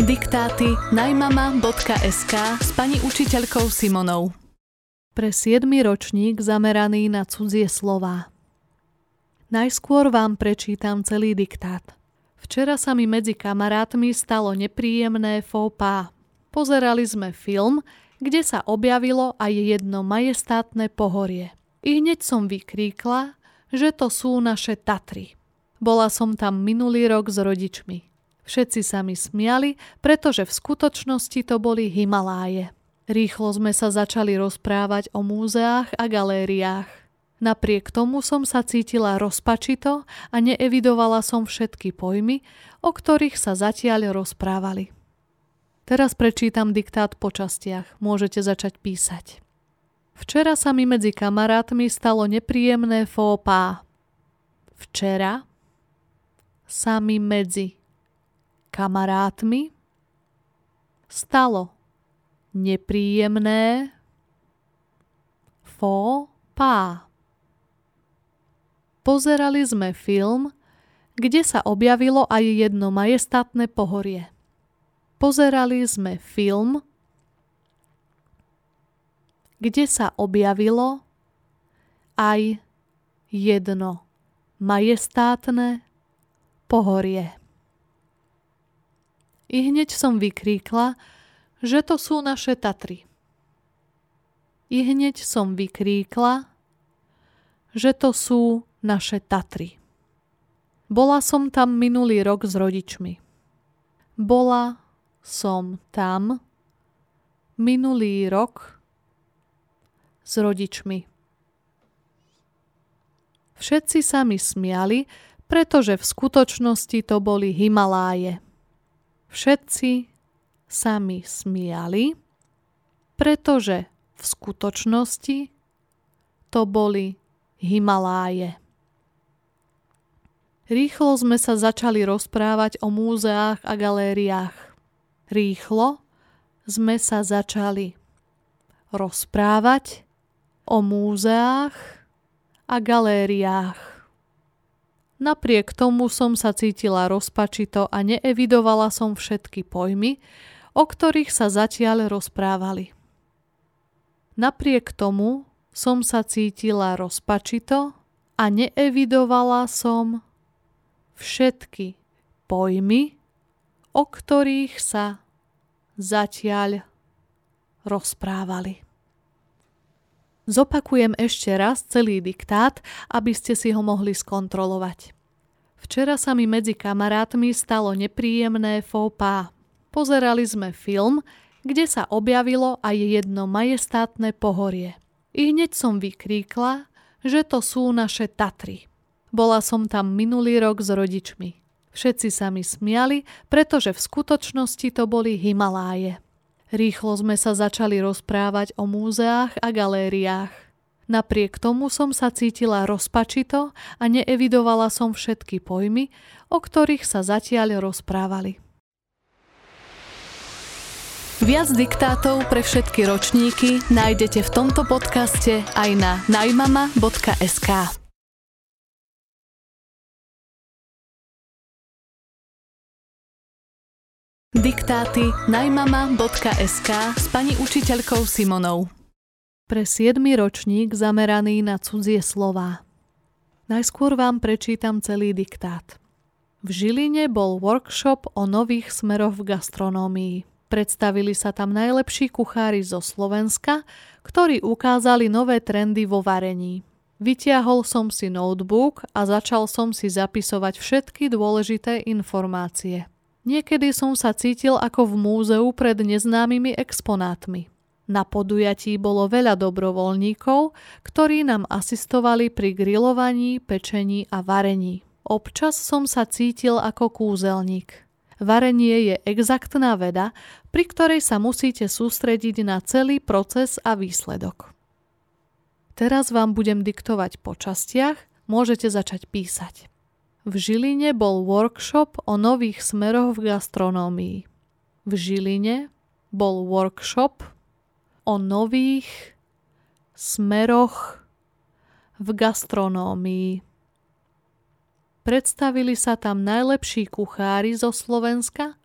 Diktáty najmama.sk s pani učiteľkou Simonou. Pre 7. ročník zameraný na cudzie slová. Najskôr vám prečítam celý diktát. Včera sa mi medzi kamarátmi stalo nepríjemné faux pas. Pozerali sme film, kde sa objavilo aj jedno majestátne pohorie. I hneď som vykríkla, že to sú naše Tatry. Bola som tam minulý rok s rodičmi. Všetci sa mi smiali, pretože v skutočnosti to boli Himaláje. Rýchlo sme sa začali rozprávať o múzeách a galériách. Napriek tomu som sa cítila rozpačito a neevidovala som všetky pojmy, o ktorých sa zatiaľ rozprávali. Teraz prečítam diktát po častiach. Môžete začať písať. Včera sa mi medzi kamarátmi stalo nepríjemné faux pas. Včera sa mi medzi kamarátmi stalo nepríjemné faux pas. Pozerali sme film, kde sa objavilo aj jedno majestátne pohorie. Pozerali sme film, kde sa objavilo aj jedno majestátne pohorie. I hneď som vykríkla, že to sú naše Tatry. I hneď som vykríkla, že to sú naše Tatry. Bola som tam minulý rok s rodičmi. Bola som tam minulý rok s rodičmi. Všetci sa mi smiali, pretože v skutočnosti to boli Himaláje. Všetci sa mi smiali, pretože v skutočnosti to boli Himaláje. Rýchlo sme sa začali rozprávať o múzeách a galériách. Rýchlo sme sa začali rozprávať o múzeách a galériách. Napriek tomu som sa cítila rozpačito a neevidovala som všetky pojmy, o ktorých sa zatiaľ rozprávali. Napriek tomu som sa cítila rozpačito a neevidovala som všetky pojmy, o ktorých sa zatiaľ rozprávali. Zopakujem ešte raz celý diktát, aby ste si ho mohli skontrolovať. Včera sa mi medzi kamarátmi stalo nepríjemné faux pas. Pozerali sme film, kde sa objavilo aj jedno majestátne pohorie. I hneď som vykríkla, že to sú naše Tatry. Bola som tam minulý rok s rodičmi. Všetci sa mi smiali, pretože v skutočnosti to boli Himaláje. Rýchlo sme sa začali rozprávať o múzeách a galériách. Napriek tomu som sa cítila rozpačito a neevidovala som všetky pojmy, o ktorých sa zatiaľ rozprávali. Viac diktátov pre všetky ročníky nájdete v tomto podcaste aj na najmama.sk. Diktáty najmama.sk s pani učiteľkou Simonou. Pre 7. ročník zameraný na cudzie slová. Najskôr vám prečítam celý diktát. V Žiline bol workshop o nových smeroch v gastronómii. Predstavili sa tam najlepší kuchári zo Slovenska, ktorí ukázali nové trendy vo varení. Vytiahol som si notebook a začal som si zapisovať všetky dôležité informácie. Niekedy som sa cítil ako v múzeu pred neznámymi exponátmi. Na podujatí bolo veľa dobrovoľníkov, ktorí nám asistovali pri grillovaní, pečení a varení. Občas som sa cítil ako kúzelník. Varenie je exaktná veda, pri ktorej sa musíte sústrediť na celý proces a výsledok. Teraz vám budem diktovať po častiach, môžete začať písať. V Žiline bol workshop o nových smeroch v gastronómii. V Žiline bol workshop o nových smeroch v gastronómii. Predstavili sa tam najlepší kuchári zo Slovenska,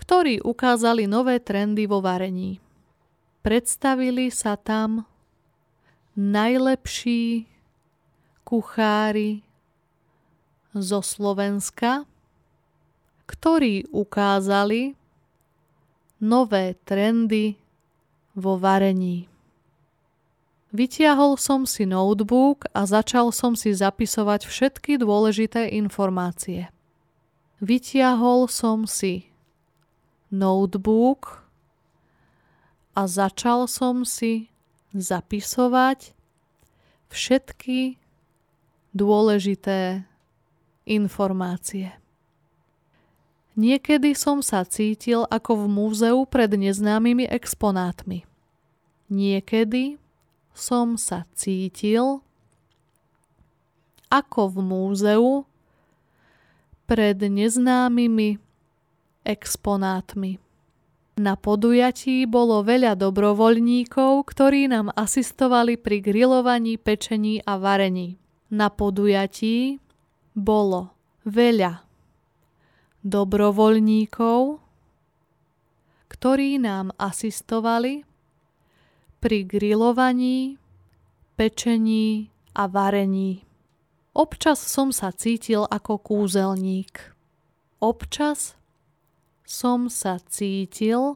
ktorí ukázali nové trendy vo varení. Predstavili sa tam najlepší kuchári zo Slovenska, ktorí ukázali nové trendy vo varení. Vytiahol som si notebook a začal som si zapisovať všetky dôležité informácie. Vytiahol som si notebook a začal som si zapisovať všetky dôležité informácie. Niekedy som sa cítil ako v múzeu pred neznámymi exponátmi. Niekedy som sa cítil ako v múzeu pred neznámymi exponátmi. Na podujatí bolo veľa dobrovoľníkov, ktorí nám asistovali pri grillovaní, pečení a varení. Na podujatí bolo veľa dobrovoľníkov, ktorí nám asistovali pri grillovaní, pečení a varení. Občas som sa cítil ako kúzelník. Občas som sa cítil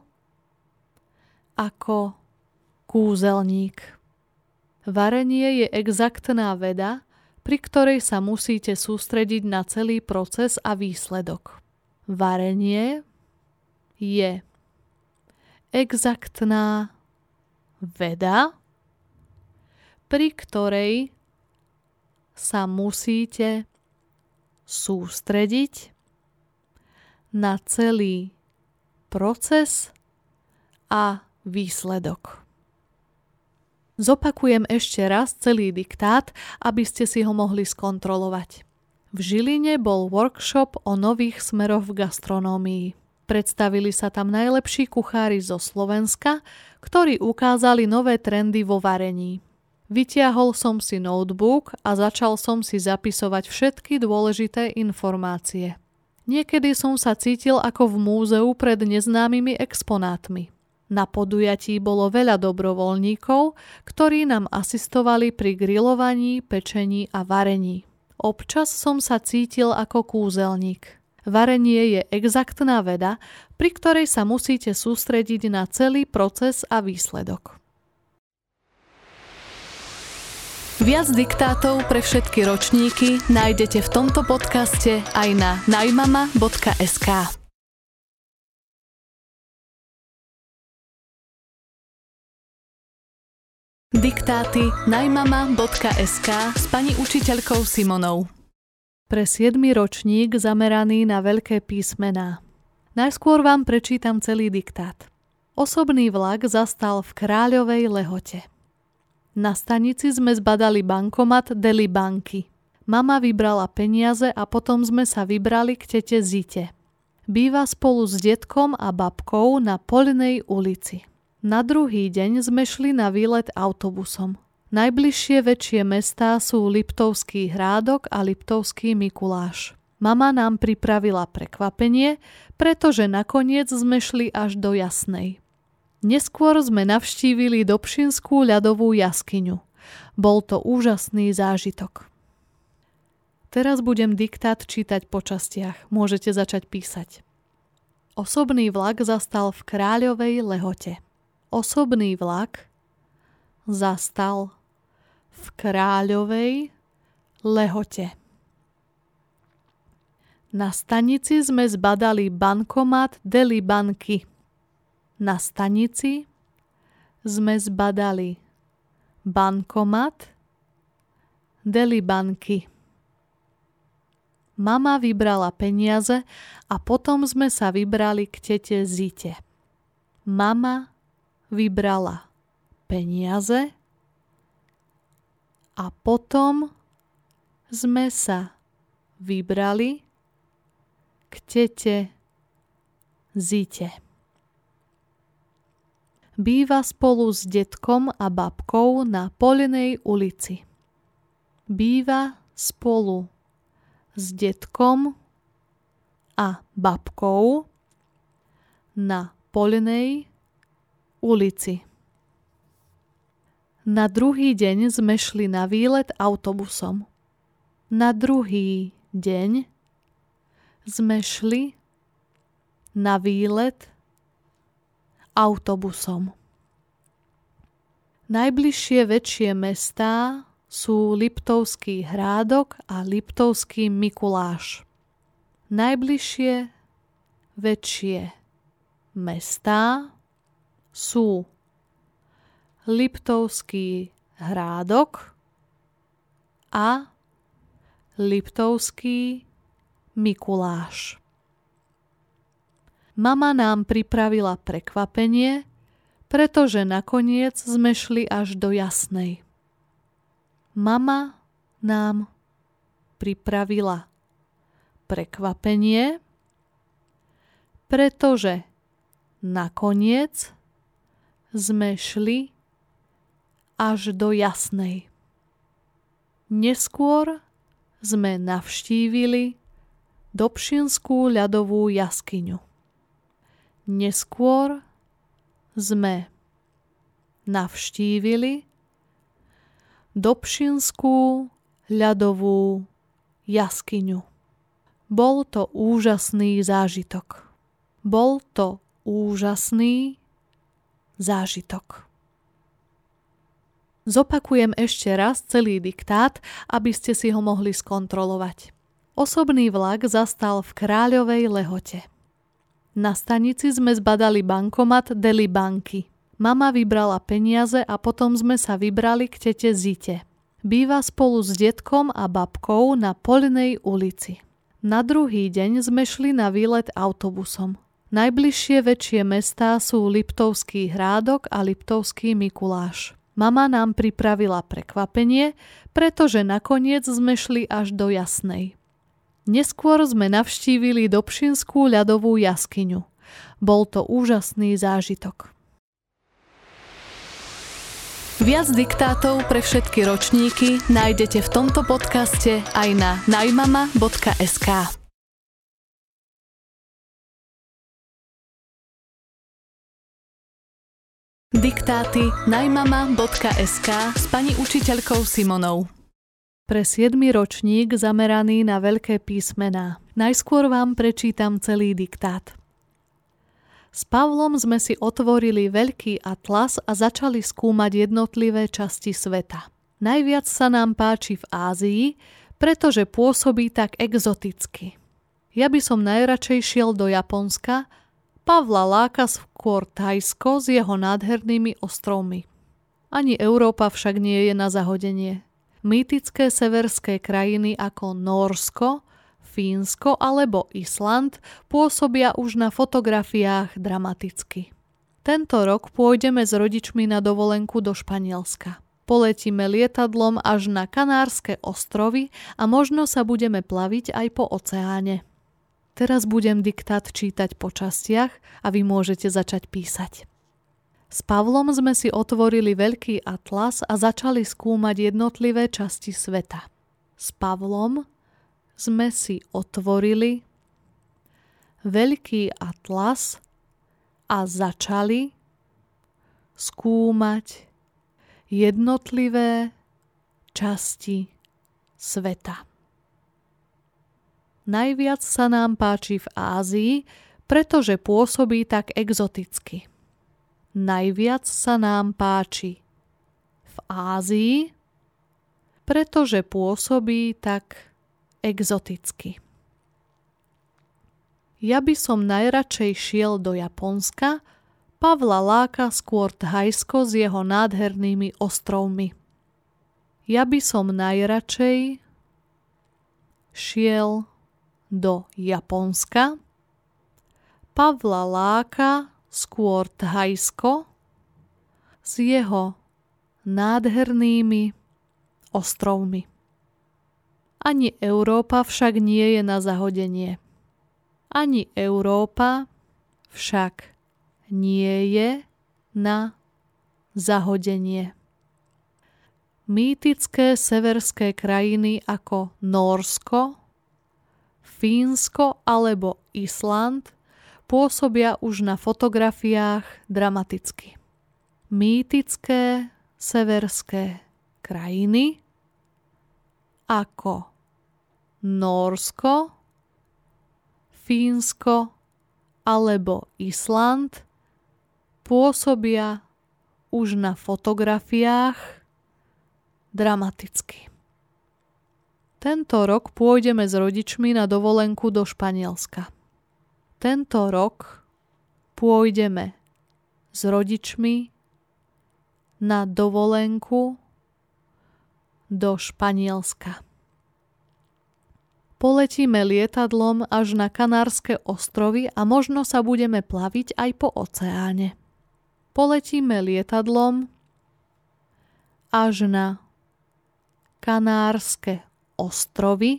ako kúzelník. Varenie je exaktná veda, pri ktorej sa musíte sústrediť na celý proces a výsledok. Varenie je exaktná veda, pri ktorej sa musíte sústrediť na celý proces a výsledok. Zopakujem ešte raz celý diktát, aby ste si ho mohli skontrolovať. V Žiline bol workshop o nových smeroch v gastronómii. Predstavili sa tam najlepší kuchári zo Slovenska, ktorí ukázali nové trendy vo varení. Vytiahol som si notebook a začal som si zapisovať všetky dôležité informácie. Niekedy som sa cítil ako v múzeu pred neznámymi exponátmi. Na podujatí bolo veľa dobrovoľníkov, ktorí nám asistovali pri grillovaní, pečení a varení. Občas som sa cítil ako kúzelník. Varenie je exaktná veda, pri ktorej sa musíte sústrediť na celý proces a výsledok. Viac diktátov pre všetky ročníky nájdete v tomto podcaste aj na najmama.sk. Diktáty najmama.sk s pani učiteľkou Simonou. Pre 7. ročník zameraný na veľké písmená. Najskôr vám prečítam celý diktát. Osobný vlak zastal v Kráľovej Lehote. Na stanici sme zbadali bankomat Deli banky. Mama vybrala peniaze a potom sme sa vybrali k tete Zite. Býva spolu s detkom a babkou na Poľnej ulici. Na druhý deň sme šli na výlet autobusom. Najbližšie väčšie mestá sú Liptovský Hrádok a Liptovský Mikuláš. Mama nám pripravila prekvapenie, pretože nakoniec sme šli až do Jasnej. Neskôr sme navštívili Dobšinskú ľadovú jaskyňu. Bol to úžasný zážitok. Teraz budem diktát čítať po častiach. Môžete začať písať. Osobný vlak zastal v Kráľovej Lehote. Osobný vlak zastal v Kráľovej Lehote. Na stanici sme zbadali bankomat Deli banky. Na stanici sme zbadali bankomat Deli banky. Mama vybrala peniaze a potom sme sa vybrali k tete Zite. Mama vybrala peniaze a potom sme sa vybrali k tete Zite. Býva spolu s detkom a babkou na Poľnej ulici. Býva spolu s detkom a babkou na Poľnej ulici. Na druhý deň sme šli na výlet autobusom. Na druhý deň sme šli na výlet autobusom. Najbližšie väčšie mestá sú Liptovský Hrádok a Liptovský Mikuláš. Najbližšie väčšie mestá sú Liptovský Hrádok a Liptovský Mikuláš. Mama nám pripravila prekvapenie, pretože nakoniec sme šli až do Jasnej. Mama nám pripravila prekvapenie, pretože nakoniec sme šli až do Jasnej. Neskôr sme navštívili Dobšinskú ľadovú jaskyňu. Neskôr sme navštívili Dobšinskú ľadovú jaskyňu. Bol to úžasný zážitok. Bol to úžasný zážitok. Zopakujem ešte raz celý diktát, aby ste si ho mohli skontrolovať. Osobný vlak zastal v Kráľovej Lehote. Na stanici sme zbadali bankomat Deli banky. Mama vybrala peniaze a potom sme sa vybrali k tete Zite. Býva spolu s detkom a babkou na Poľnej ulici. Na druhý deň sme šli na výlet autobusom. Najbližšie väčšie mestá sú Liptovský Hrádok a Liptovský Mikuláš. Mama nám pripravila prekvapenie, pretože nakoniec sme šli až do Jasnej. Neskôr sme navštívili Dobšinskú ľadovú jaskyňu. Bol to úžasný zážitok. Viac diktátov pre všetky ročníky nájdete v tomto podcaste aj na najmama.sk. Diktáty najmama.sk s pani učiteľkou Simonou. Pre 7. ročník zameraný na veľké písmená. Najskôr vám prečítam celý diktát. S Pavlom sme si otvorili veľký atlas a začali skúmať jednotlivé časti sveta. Najviac sa nám páči v Ázii, pretože pôsobí tak exoticky. Ja by som najradšej šiel do Japonska, Pavla láka skôr Thajsko s jeho nádhernými ostrovmi. Ani Európa však nie je na zahodenie. Mýtické severské krajiny ako Nórsko, Fínsko alebo Island pôsobia už na fotografiách dramaticky. Tento rok pôjdeme s rodičmi na dovolenku do Španielska. Poletíme lietadlom až na Kanárske ostrovy a možno sa budeme plaviť aj po oceáne. Teraz budem diktát čítať po častiach a vy môžete začať písať. S Pavlom sme si otvorili veľký atlas a začali skúmať jednotlivé časti sveta. S Pavlom sme si otvorili veľký atlas a začali skúmať jednotlivé časti sveta. Najviac sa nám páči v Ázii, pretože pôsobí tak exoticky. Najviac sa nám páči v Ázii, pretože pôsobí tak exoticky. Ja by som najradšej šiel do Japonska, Pavla láka skôr Thajsko s jeho nádhernými ostrovmi. Ja by som najradšej šiel do Japonska, Pavla láka skôr Thajsko s jeho nádhernými ostrovmi. Ani Európa však nie je na zahodenie. Ani Európa však nie je na zahodenie. Mýtické severské krajiny ako Nórsko, Fínsko alebo Island pôsobia už na fotografiách dramaticky. Mýtické severské krajiny ako Nórsko, Fínsko alebo Island pôsobia už na fotografiách dramaticky. Tento rok pôjdeme s rodičmi na dovolenku do Španielska. Tento rok pôjdeme s rodičmi na dovolenku do Španielska. Poletíme lietadlom až na Kanárske ostrovy a možno sa budeme plaviť aj po oceáne. Poletíme lietadlom až na Kanárske ostrovy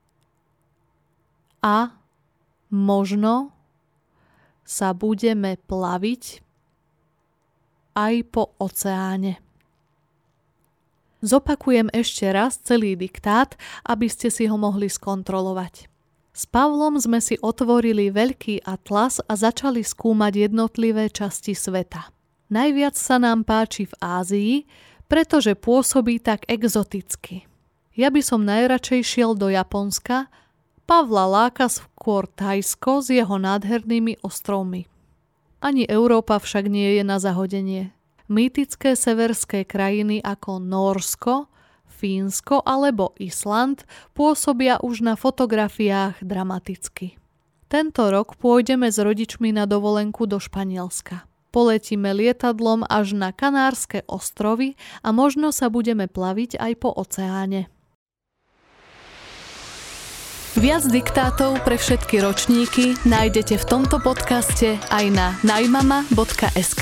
a možno sa budeme plaviť aj po oceáne. Zopakujem ešte raz celý diktát, aby ste si ho mohli skontrolovať. S Pavlom sme si otvorili veľký atlas a začali skúmať jednotlivé časti sveta. Najviac sa nám páči v Ázii, pretože pôsobí tak exoticky. Ja by som najradšej šiel do Japonska, Pavla láka skôr Thajsko s jeho nádhernými ostrovmi. Ani Európa však nie je na zahodenie. Mýtické severské krajiny ako Nórsko, Fínsko alebo Island pôsobia už na fotografiách dramaticky. Tento rok pôjdeme s rodičmi na dovolenku do Španielska. Poletíme lietadlom až na Kanárske ostrovy a možno sa budeme plaviť aj po oceáne. Viac diktátov pre všetky ročníky nájdete v tomto podcaste aj na najmama.sk.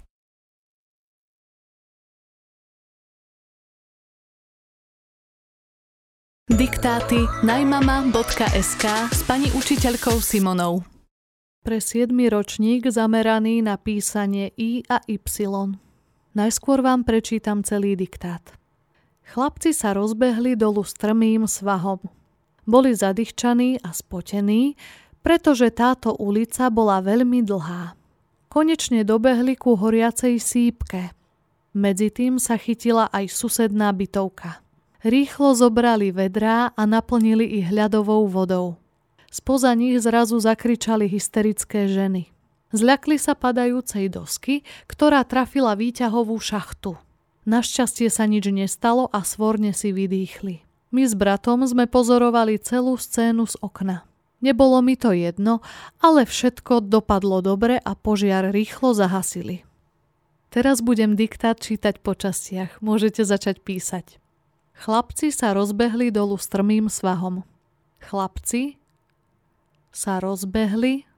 Diktáty najmama.sk s pani učiteľkou Simonou. Pre 7. ročník zameraný na písanie I a Y. Najskôr vám prečítam celý diktát. Chlapci sa rozbehli dolu strmým svahom. Boli zadýchčaní a spotení, pretože táto ulica bola veľmi dlhá. Konečne dobehli ku horiacej sípke. Medzitým sa chytila aj susedná bytovka. Rýchlo zobrali vedrá a naplnili ich ľadovou vodou. Spoza nich zrazu zakričali hysterické ženy. Zľakli sa padajúcej dosky, ktorá trafila výťahovú šachtu. Našťastie sa nič nestalo a svorne si vydýchli. My s bratom sme pozorovali celú scénu z okna. Nebolo mi to jedno, ale všetko dopadlo dobre a požiar rýchlo zahasili. Teraz budem diktát čítať po častiach. Môžete začať písať. Chlapci sa rozbehli dolu strmým svahom. Chlapci sa rozbehli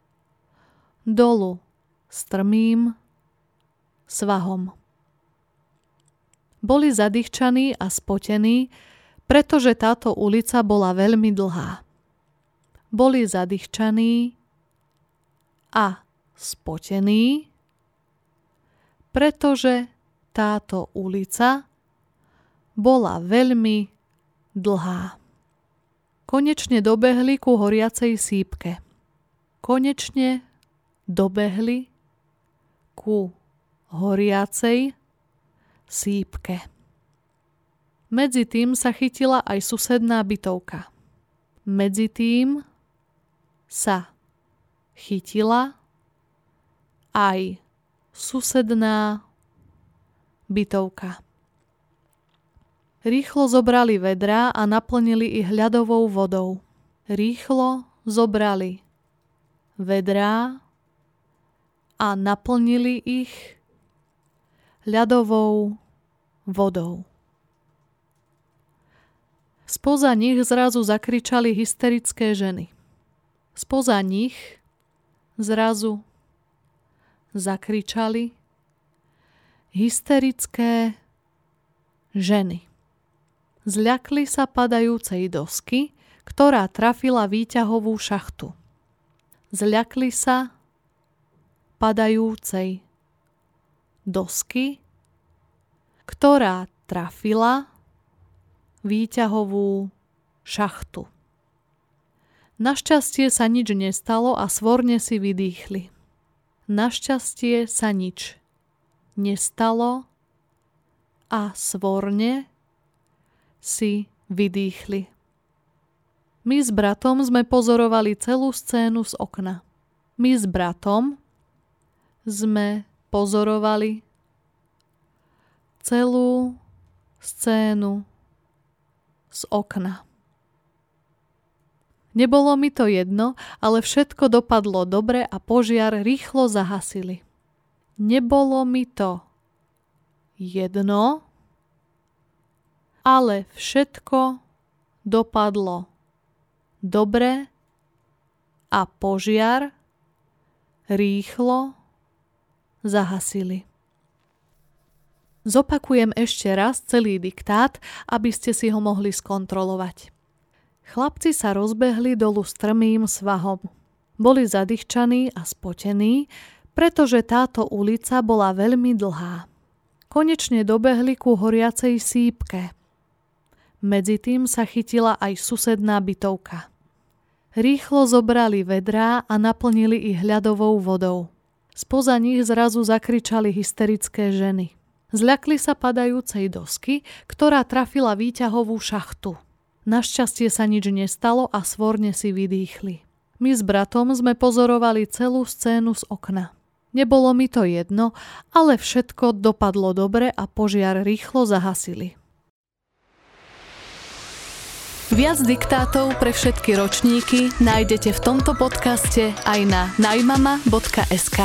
dolu strmým svahom. Boli zadýchčaní a spotení, pretože táto ulica bola veľmi dlhá. Boli zadýchčaní a spotení, pretože táto ulica bola veľmi dlhá. Konečne dobehli ku horiacej sípke. Konečne dobehli ku horiacej sípke. Medzitým sa chytila aj susedná bytovka. Medzitým sa chytila aj susedná bytovka. Rýchlo zobrali vedrá a naplnili ich ľadovou vodou. Rýchlo zobrali vedrá a naplnili ich ľadovou vodou. Spoza nich zrazu zakričali hysterické ženy. Spoza nich zrazu zakričali hysterické ženy. Zľakli sa padajúcej dosky, ktorá trafila výťahovú šachtu. Zľakli sa padajúcej dosky, ktorá trafila výťahovú šachtu. Našťastie sa nič nestalo a svorne si vydýchli. Našťastie sa nič nestalo a svorne si vydýchli. My s bratom sme pozorovali celú scénu z okna. My s bratom sme pozorovali celú scénu z okna. Nebolo mi to jedno, ale všetko dopadlo dobre a požiar rýchlo zahasili. Nebolo mi to jedno, ale všetko dopadlo dobre a požiar rýchlo zahasili. Zopakujem ešte raz celý diktát, aby ste si ho mohli skontrolovať. Chlapci sa rozbehli dolu strmým svahom. Boli zadýchčaní a spotení, pretože táto ulica bola veľmi dlhá. Konečne dobehli ku horiacej sípke. Medzitým sa chytila aj susedná bytovka. Rýchlo zobrali vedrá a naplnili ich ľadovou vodou. Spoza nich zrazu zakričali hysterické ženy. Zľakli sa padajúcej dosky, ktorá trafila výťahovú šachtu. Našťastie sa nič nestalo a svorne si vydýchli. My s bratom sme pozorovali celú scénu z okna. Nebolo mi to jedno, ale všetko dopadlo dobre a požiar rýchlo zahasili. Viac diktátov pre všetky ročníky nájdete v tomto podcaste aj na najmama.sk.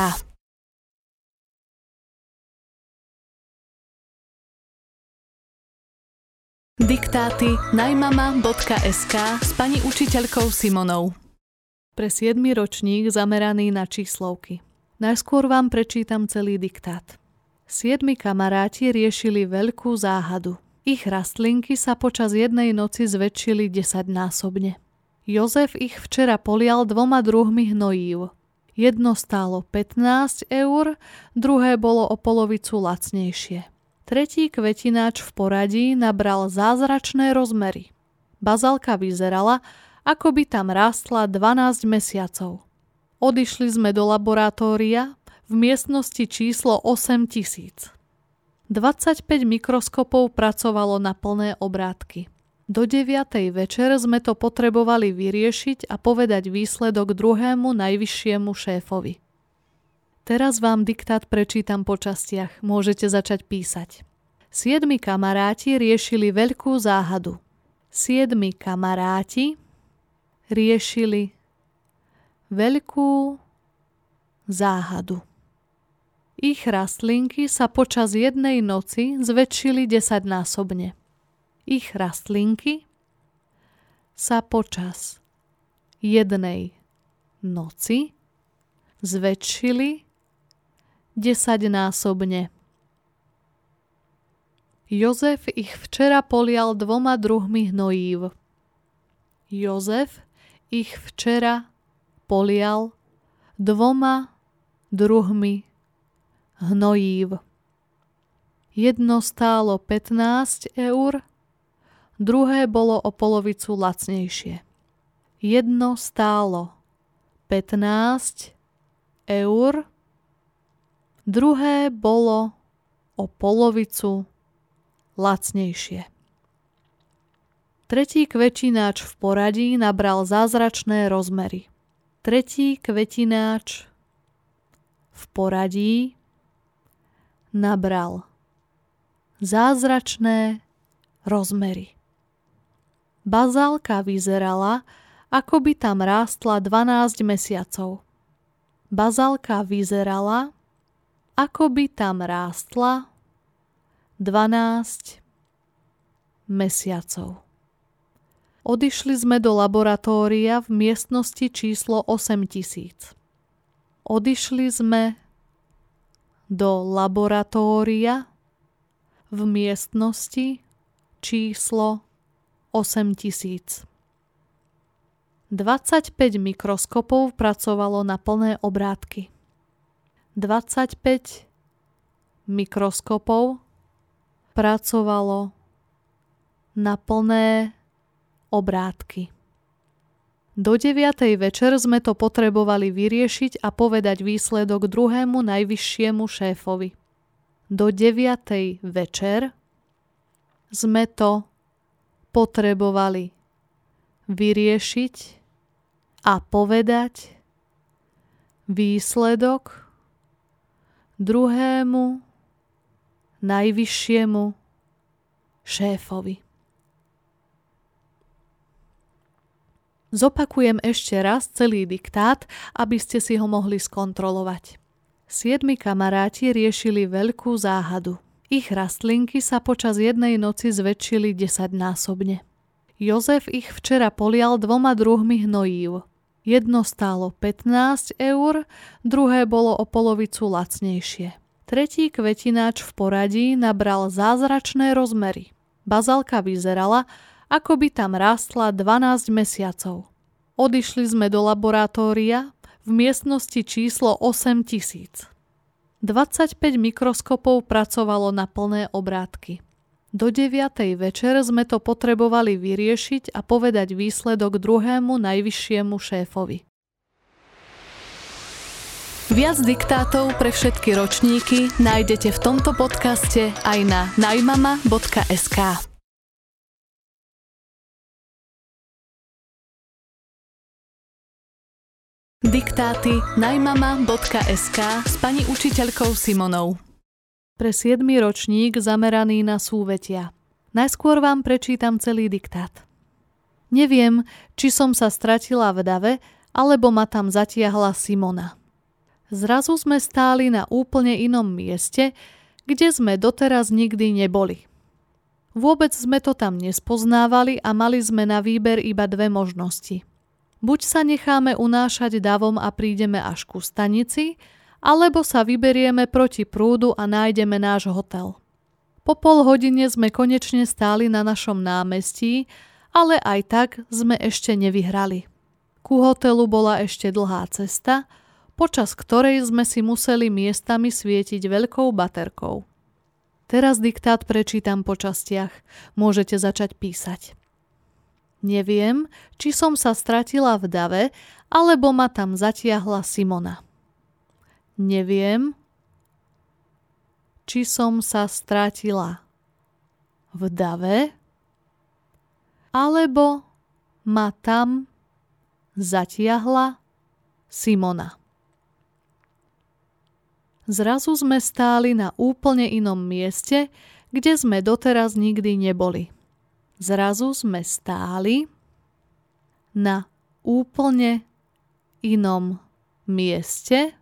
Diktáty najmama.sk s pani učiteľkou Simonou. Pre 7. ročník zameraný na číslovky. Najskôr vám prečítam celý diktát. 7 kamaráti riešili veľkú záhadu. Ich rastlinky sa počas jednej noci zväčšili 10-násobne. Jozef ich včera polial 2 druhmi hnojív. Jedno stálo 15 eur, druhé bolo o polovicu lacnejšie. Tretí kvetináč v poradí nabral zázračné rozmery. Bazálka vyzerala, ako by tam rástla 12 mesiacov. Odišli sme do laboratória v miestnosti číslo 8000. 25 mikroskopov pracovalo na plné obrátky. Do 9:00 večer sme to potrebovali vyriešiť a povedať výsledok druhému najvyššiemu šéfovi. Teraz vám diktát prečítam po častiach. Môžete začať písať. 7 kamaráti riešili veľkú záhadu. 7 kamaráti riešili veľkú záhadu. Ich rastlinky sa počas jednej noci zväčšili 10-násobne. Ich rastlinky sa počas jednej noci zväčšili 10-násobne. Jozef ich včera polial 2 druhmi hnojív. Jozef ich včera polial 2 druhmi hnojív. Jedno stálo 15 eur, druhé bolo o polovicu lacnejšie. Jedno stálo 15 eur, druhé bolo o polovicu lacnejšie. Tretí kvetináč v poradí nabral zázračné rozmery. Tretí kvetináč v poradí nabral zázračné rozmery. Bazálka vyzerala, ako by tam rástla 12 mesiacov. Bazálka vyzerala, ako by tam rástla 12 mesiacov. Odišli sme do laboratória v miestnosti číslo 8000. Odišli sme do laboratória v miestnosti číslo 8000. 25 mikroskopov pracovalo na plné obrátky. 25 mikroskopov pracovalo na plné obrátky. Do 9. večer sme to potrebovali vyriešiť a povedať výsledok druhému najvyššiemu šéfovi. Do 9. večer sme to potrebovali vyriešiť a povedať výsledok druhému najvyššiemu šéfovi. Zopakujem ešte raz celý diktát, aby ste si ho mohli skontrolovať. 7 kamaráti riešili veľkú záhadu. Ich rastlinky sa počas jednej noci zväčšili 10-násobne. Jozef ich včera polial 2 druhmi hnojív. Jedno stálo 15 eur, druhé bolo o polovicu lacnejšie. Tretí kvetináč v poradí nabral zázračné rozmery. Bazálka vyzerala, ako by tam rástla 12 mesiacov. Odišli sme do laboratória v miestnosti číslo 8000. 25 mikroskopov pracovalo na plné obrátky. Do 9. večer sme to potrebovali vyriešiť a povedať výsledok druhému najvyššiemu šéfovi. Viac diktátov pre všetky ročníky nájdete v tomto podcaste aj na najmama.sk. Diktáty najmama.sk s pani učiteľkou Simonou. Pre 7. ročník zameraný na súvetia. Najskôr vám prečítam celý diktát. Neviem, či som sa stratila v dave, alebo ma tam zatiahla Simona. Zrazu sme stáli na úplne inom mieste, kde sme doteraz nikdy neboli. Vôbec sme to tam nespoznávali a mali sme na výber iba 2 možnosti. Buď sa necháme unášať davom a prídeme až ku stanici, alebo sa vyberieme proti prúdu a nájdeme náš hotel. Po pol hodine sme konečne stáli na našom námestí, ale aj tak sme ešte nevyhrali. Ku hotelu bola ešte dlhá cesta, počas ktorej sme si museli miestami svietiť veľkou baterkou. Teraz diktát prečítam po častiach. Môžete začať písať. Neviem, či som sa stratila v dave, alebo ma tam zatiahla Simona. Neviem, či som sa stratila v dave, alebo ma tam zatiahla Simona. Zrazu sme stáli na úplne inom mieste, kde sme doteraz nikdy neboli. Zrazu sme stáli na úplne inom mieste,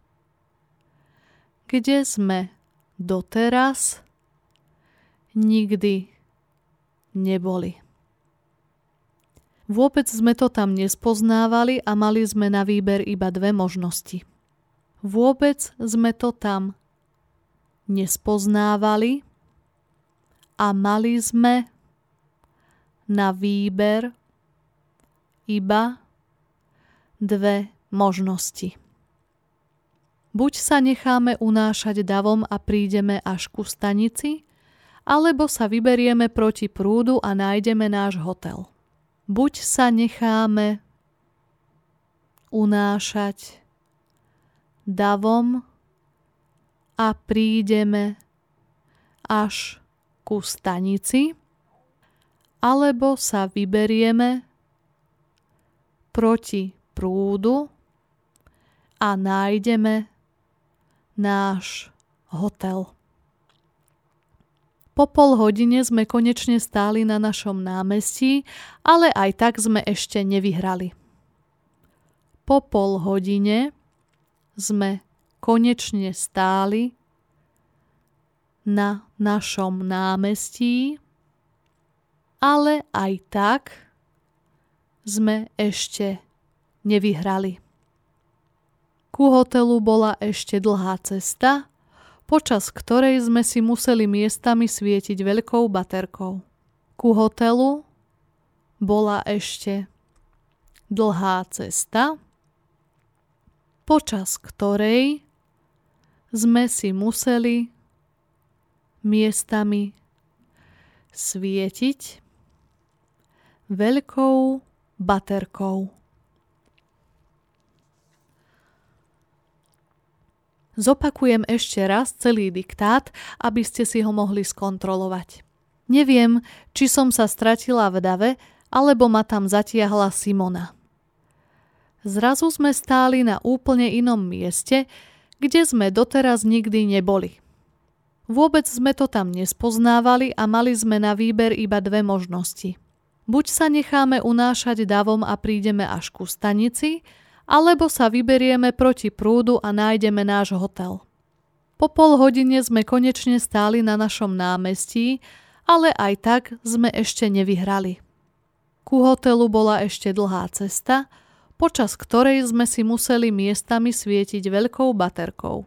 kde sme doteraz nikdy neboli. Vôbec sme to tam nespoznávali a mali sme na výber iba 2 možnosti. Vôbec sme to tam nespoznávali a mali sme na výber iba 2 možnosti. Buď sa necháme unášať davom a prídeme až ku stanici, alebo sa vyberieme proti prúdu a nájdeme náš hotel. Buď sa necháme unášať davom a prídeme až ku stanici, alebo sa vyberieme proti prúdu a nájdeme náš hotel. Po pol hodine sme konečne stáli na našom námestí, ale aj tak sme ešte nevyhrali. Po pol hodine sme konečne stáli na našom námestí, ale aj tak sme ešte nevyhrali. Ku hotelu bola ešte dlhá cesta, počas ktorej sme si museli miestami svietiť veľkou baterkou. Ku hotelu bola ešte dlhá cesta, počas ktorej sme si museli miestami svietiť veľkou baterkou. Zopakujem ešte raz celý diktát, aby ste si ho mohli skontrolovať. Neviem, či som sa stratila v dave, alebo ma tam zatiahla Simona. Zrazu sme stáli na úplne inom mieste, kde sme doteraz nikdy neboli. Vôbec sme to tam nespoznávali a mali sme na výber iba dve možnosti. Buď sa necháme unášať davom a prídeme až ku stanici, alebo sa vyberieme proti prúdu a nájdeme náš hotel. Po pol hodine sme konečne stáli na našom námestí, ale aj tak sme ešte nevyhrali. Ku hotelu bola ešte dlhá cesta, počas ktorej sme si museli miestami svietiť veľkou baterkou.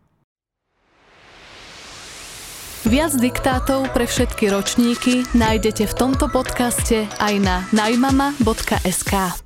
Viac diktátov pre všetky ročníky nájdete v tomto podcaste aj na najmama.sk.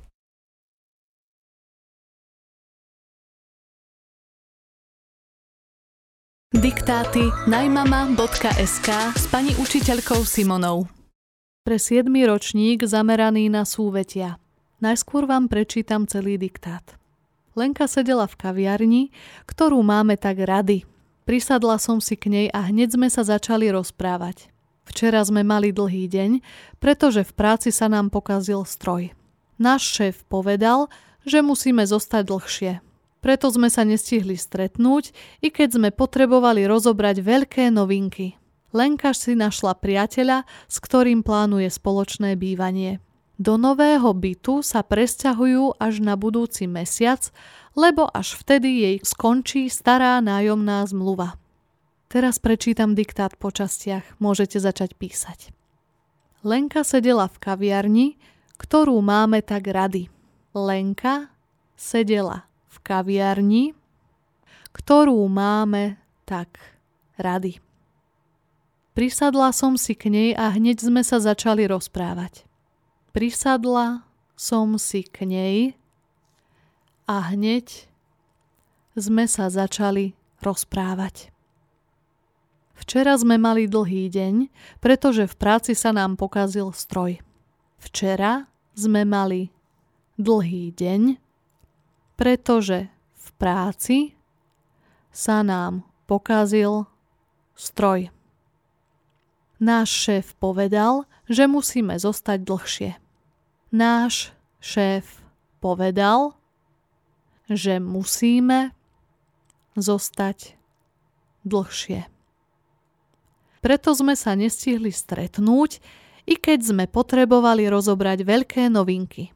Diktáty najmama.sk s pani učiteľkou Simonou. Pre 7. ročník zameraný na súvetia. Najskôr vám prečítam celý diktát. Lenka sedela v kaviarni, ktorú máme tak rady. Prisadla som si k nej a hneď sme sa začali rozprávať. Včera sme mali dlhý deň, pretože v práci sa nám pokazil stroj. Náš šéf povedal, že musíme zostať dlhšie. Preto sme sa nestihli stretnúť, i keď sme potrebovali rozobrať veľké novinky. Lenka si našla priateľa, s ktorým plánuje spoločné bývanie. Do nového bytu sa presťahujú až na budúci mesiac, lebo až vtedy jej skončí stará nájomná zmluva. Teraz prečítam diktát po častiach, môžete začať písať. Lenka sedela v kaviarni, ktorú máme tak rady. Lenka sedela v kaviarni, ktorú máme tak rady. Prisadla som si k nej a hneď sme sa začali rozprávať. Prisadla som si k nej a hneď sme sa začali rozprávať. Včera sme mali dlhý deň, pretože v práci sa nám pokazil stroj. Včera sme mali dlhý deň, pretože v práci sa nám pokazil stroj. Náš šéf povedal, že musíme zostať dlhšie. Náš šéf povedal, že musíme zostať dlhšie. Preto sme sa nestihli stretnúť, i keď sme potrebovali rozobrať veľké novinky.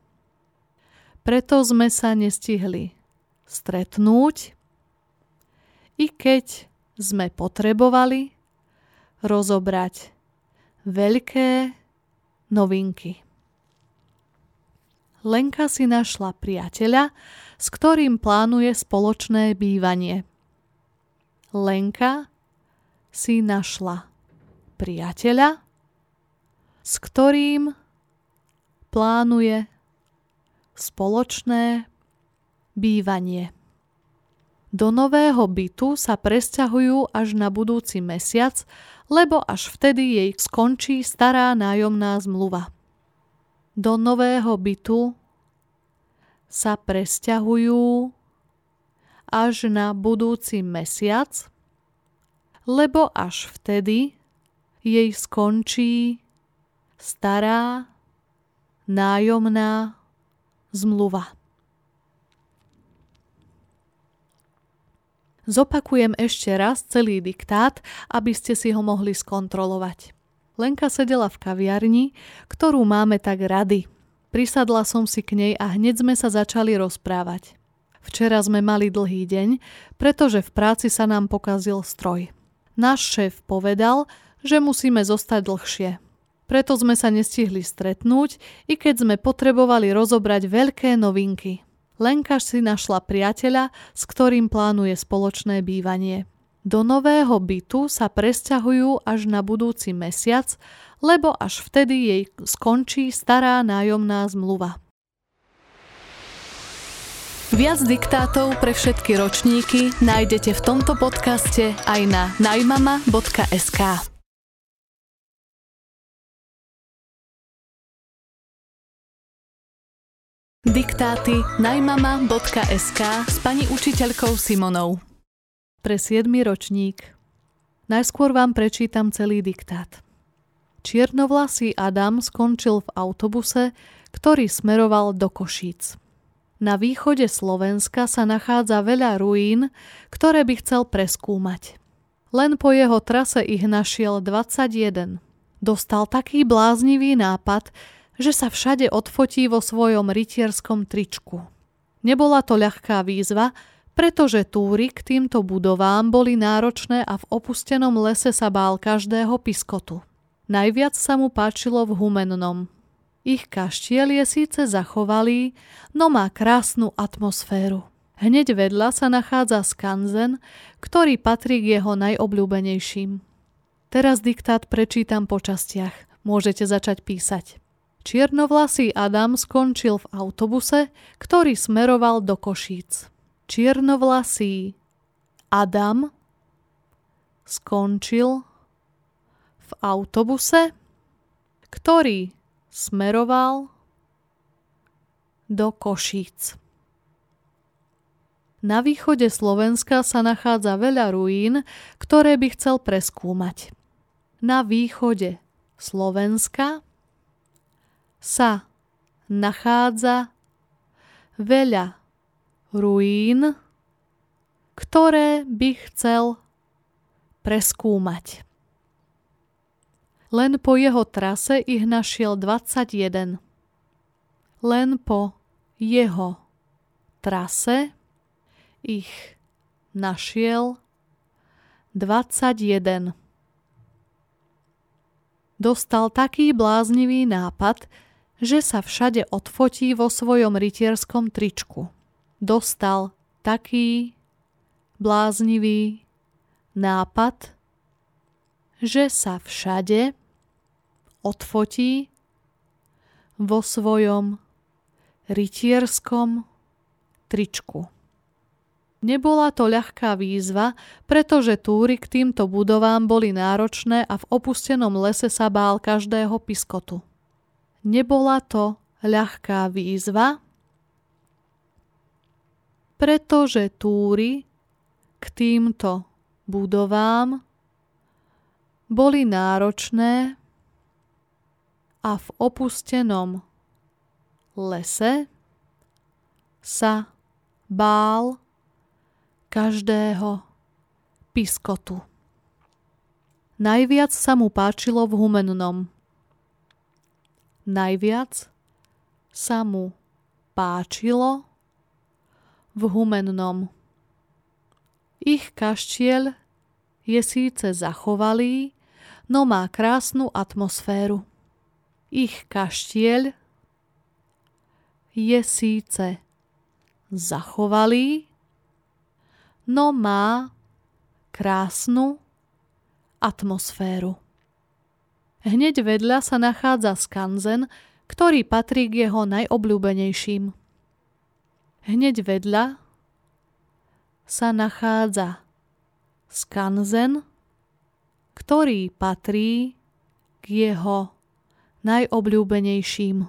Preto sme sa nestihli stretnúť, i keď sme potrebovali rozobrať veľké novinky. Lenka si našla priateľa, s ktorým plánuje spoločné bývanie. Lenka si našla priateľa, s ktorým plánuje spoločné bývanie. Do nového bytu sa presťahujú až na budúci mesiac, lebo až vtedy jej skončí stará nájomná zmluva. Do nového bytu sa presťahujú až na budúci mesiac, lebo až vtedy jej skončí stará nájomná zmluva. Zopakujem ešte raz celý diktát, aby ste si ho mohli skontrolovať. Lenka sedela v kaviarni, ktorú máme tak rady. Prisadla som si k nej a hneď sme sa začali rozprávať. Včera sme mali dlhý deň, pretože v práci sa nám pokazil stroj. Náš šéf povedal, že musíme zostať dlhšie. Preto sme sa nestihli stretnúť, i keď sme potrebovali rozobrať veľké novinky. Lenka si našla priateľa, s ktorým plánuje spoločné bývanie. Do nového bytu sa presťahujú až na budúci mesiac, lebo až vtedy jej skončí stará nájomná zmluva. Viac diktátov pre všetky ročníky nájdete v tomto podcaste aj na najmama.sk. Diktáty najmama.sk s pani učiteľkou Simonou. pre 7. ročník. Najskôr vám prečítam celý diktát. Čiernovlasý Adam skončil v autobuse, ktorý smeroval do Košíc. Na východe Slovenska sa nachádza veľa ruín, ktoré by chcel preskúmať. Len po jeho trase ich našiel 21. Dostal taký bláznivý nápad, že sa všade odfotí vo svojom rytierskom tričku. Nebola to ľahká výzva, pretože túry k týmto budovám boli náročné a v opustenom lese sa bál každého piskotu. Najviac sa mu páčilo v Humennom. Ich kaštiel je síce zachovalý, no má krásnu atmosféru. Hneď vedľa sa nachádza skanzen, ktorý patrí k jeho najobľúbenejším. Teraz diktát prečítam po častiach. Môžete začať písať. Čiernovlasý Adam skončil v autobuse, ktorý smeroval do Košíc. Čiernovlasý Adam skončil v autobuse, ktorý smeroval do Košíc. Na východe Slovenska sa nachádza veľa ruín, ktoré by chcel preskúmať. Na východe Slovenska sa nachádza veľa ruín, ktoré by chcel preskúmať. Len po jeho trase ich našiel 21. Len po jeho trase ich našiel 21. Dostal taký bláznivý nápad, že sa všade odfotí vo svojom rytierskom tričku. Dostal taký bláznivý nápad, že sa všade odfotí vo svojom rytierskom tričku. Nebola to ľahká výzva, pretože túry k týmto budovám boli náročné a v opustenom lese sa bál každého piskotu. Nebola to ľahká výzva, pretože túry k týmto budovám boli náročné a v opustenom lese sa bál každého piskotu. Najviac sa mu páčilo v Humennom. Najviac sa mu páčilo v Humennom. Ich kaštiel je síce zachovalý, no má krásnu atmosféru. Ich kaštiel je síce zachovalý, no má krásnu atmosféru. Hneď vedľa sa nachádza skanzen, ktorý patrí k jeho najobľúbenejším. Hneď vedľa sa nachádza skanzen, ktorý patrí k jeho najobľúbenejším.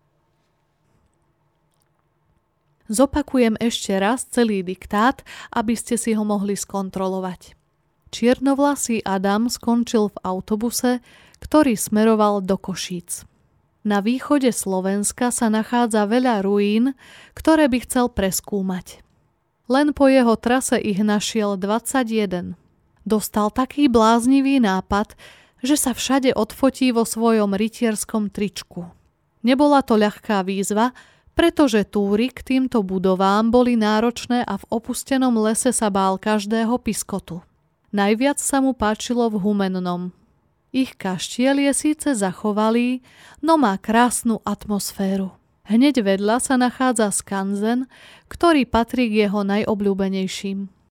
Zopakujem ešte raz celý diktát, aby ste si ho mohli skontrolovať. Čiernovlasý Adam skončil v autobuse, ktorý smeroval do Košíc. Na východe Slovenska sa nachádza veľa ruín, ktoré by chcel preskúmať. Len po jeho trase ich našiel 21. Dostal taký bláznivý nápad, že sa všade odfotí vo svojom rytierskom tričku. Nebola to ľahká výzva, pretože túry k týmto budovám boli náročné a v opustenom lese sa bál každého piskotu. Najviac sa mu páčilo v Humennom. Ich kaštiel je síce zachovalý, no má krásnu atmosféru. Hneď vedľa sa nachádza skanzen, ktorý patrí k jeho najobľúbenejším.